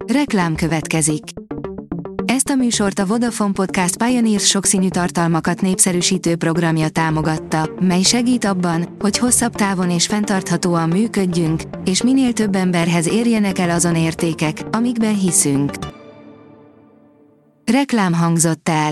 Reklám következik. Ezt a műsort a Vodafone Podcast Pioneers sokszínű tartalmakat népszerűsítő programja támogatta, mely segít abban, hogy hosszabb távon és fenntarthatóan működjünk, és minél több emberhez érjenek el azon értékek, amikben hiszünk. Reklám hangzott el.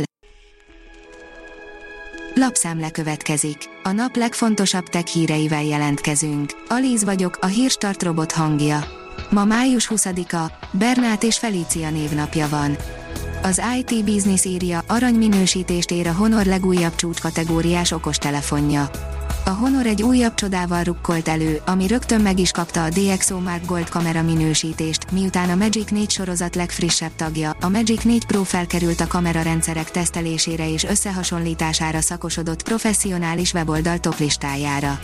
Lapszemle következik. A nap legfontosabb tech híreivel jelentkezünk. Alíz vagyok, a Hírstart robot hangja. Ma május 20-a, Bernát és Felícia névnapja van. Az IT Business írja, aranyminősítést ér a Honor legújabb csúcskategóriás okostelefonja. A Honor egy újabb csodával rukkolt elő, ami rögtön meg is kapta a DxO Mark Gold kamera minősítést, miután a Magic 4 sorozat legfrissebb tagja, a Magic 4 Pro felkerült a kamerarendszerek tesztelésére és összehasonlítására szakosodott professzionális weboldal toplistájára.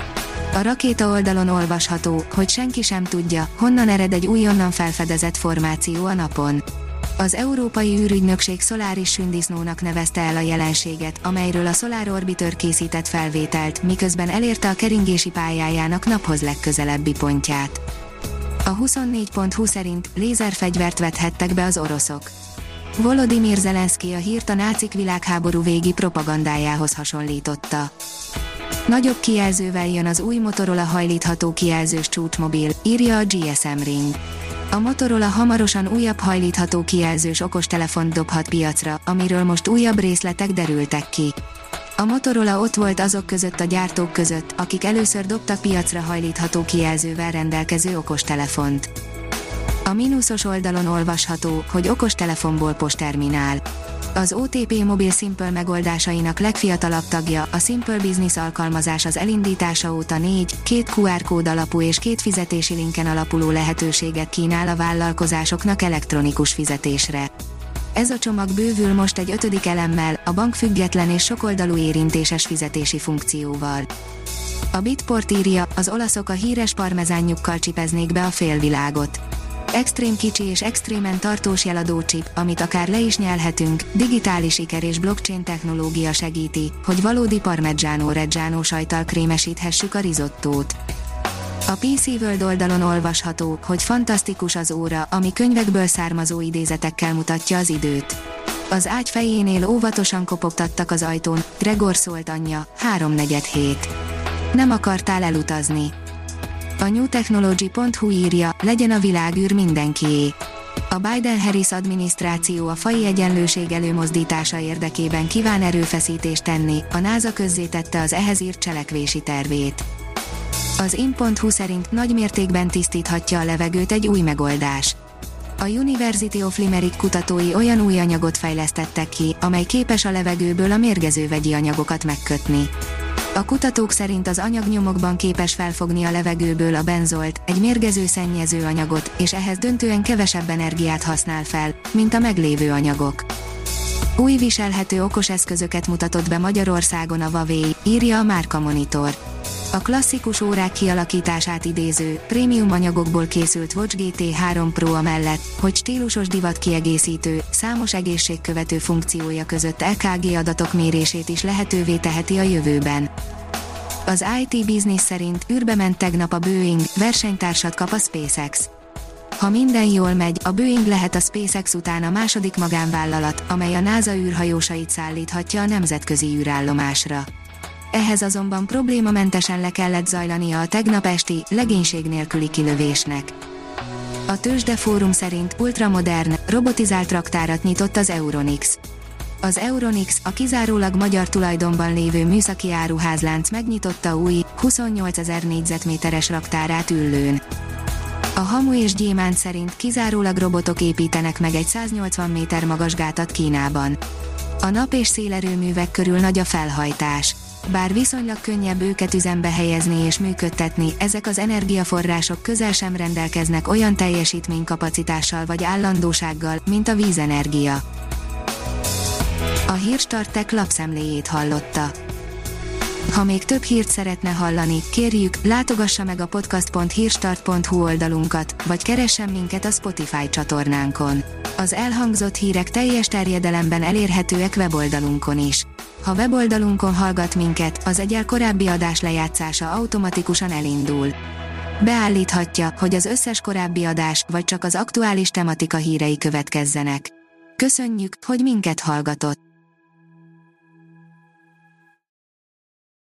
A Rakéta oldalon olvasható, hogy senki sem tudja, honnan ered egy újonnan felfedezett formáció a napon. Az Európai űrügynökség Solaris sündisznónak nevezte el a jelenséget, amelyről a Solar Orbiter készített felvételt, miközben elérte a keringési pályájának naphoz legközelebbi pontját. A 24.20 szerint lézerfegyvert vethettek be az oroszok. Volodymyr Zelenszky a hírt a nácik világháború végi propagandájához hasonlította. Nagyobb kijelzővel jön az új Motorola hajlítható kijelzős csúcsmobil, írja a GSM Ring. A Motorola hamarosan újabb hajlítható kijelzős okostelefont dobhat piacra, amiről most újabb részletek derültek ki. A Motorola ott volt azok között a gyártók között, akik először dobtak piacra hajlítható kijelzővel rendelkező okostelefont. A mínuszos oldalon olvasható, hogy okostelefonból postterminál. Az OTP Mobil Simple megoldásainak legfiatalabb tagja, a Simple Business alkalmazás az elindítása óta 2 QR kód alapú és 2 fizetési linken alapuló lehetőséget kínál a vállalkozásoknak elektronikus fizetésre. Ez a csomag bővül most egy 5. elemmel, a bankfüggetlen és sokoldalú érintéses fizetési funkcióval. A Bitport írja, az olaszok a híres parmezánjukkal csipeznék be a félvilágot. Extrém kicsi és extrémen tartós jeladócsip, amit akár le is nyelhetünk, digitális iker és blockchain technológia segíti, hogy valódi Parmigiano Reggiano sajttal krémesíthessük a risottót. A PC World oldalon olvasható, hogy fantasztikus az óra, ami könyvekből származó idézetekkel mutatja az időt. Az ágy fejénél óvatosan kopogtattak az ajtón, Gregor szólt anyja, 3:47. Nem akartál elutazni. A newtechnology.hu írja, legyen a világűr mindenkié. A Biden-Harris adminisztráció a faji egyenlőség előmozdítása érdekében kíván erőfeszítést tenni, a NASA közzétette az ehhez írt cselekvési tervét. Az in.hu szerint nagy mértékben tisztíthatja a levegőt egy új megoldás. A University of Limerick kutatói olyan új anyagot fejlesztettek ki, amely képes a levegőből a mérgező vegyi anyagokat megkötni. A kutatók szerint az anyagnyomokban képes felfogni a levegőből a benzolt, egy mérgező szennyező anyagot, és ehhez döntően kevesebb energiát használ fel, mint a meglévő anyagok. Új viselhető okos eszközöket mutatott be Magyarországon a Huawei, írja a Márka Monitor. A klasszikus órák kialakítását idéző, prémium anyagokból készült Watch GT3 Pro amellett, hogy stílusos divat kiegészítő, számos egészségkövető funkciója között EKG adatok mérését is lehetővé teheti a jövőben. Az IT Business szerint űrbe ment tegnap a Boeing, versenytársat kap a SpaceX. Ha minden jól megy, a Boeing lehet a SpaceX után a második magánvállalat, amely a NASA űrhajósait szállíthatja a nemzetközi űrállomásra. Ehhez azonban problémamentesen le kellett zajlania a tegnap esti, legénység nélküli kilövésnek. A Tőzsdefórum szerint ultramodern, robotizált raktárat nyitott az Euronics. Az Euronics, a kizárólag magyar tulajdonban lévő műszaki áruházlánc megnyitotta új, 28 000 négyzetméteres raktárát Üllőn. A Hamu és Gyémánt szerint kizárólag robotok építenek meg egy 180 méter magas gátat Kínában. A nap- és szélerőművek körül nagy a felhajtás. Bár viszonylag könnyebb őket üzembe helyezni és működtetni, ezek az energiaforrások közel sem rendelkeznek olyan teljesítménykapacitással vagy állandósággal, mint a vízenergia. A Hírstart Tech lapszemléjét hallotta. Ha még több hírt szeretne hallani, kérjük, látogassa meg a podcast.hírstart.hu oldalunkat, vagy keressen minket a Spotify csatornánkon. Az elhangzott hírek teljes terjedelemben elérhetőek weboldalunkon is. Ha weboldalunkon hallgat minket, az egyel korábbi adás lejátszása automatikusan elindul. Beállíthatja, hogy az összes korábbi adás, vagy csak az aktuális tematika hírei következzenek. Köszönjük, hogy minket hallgatott!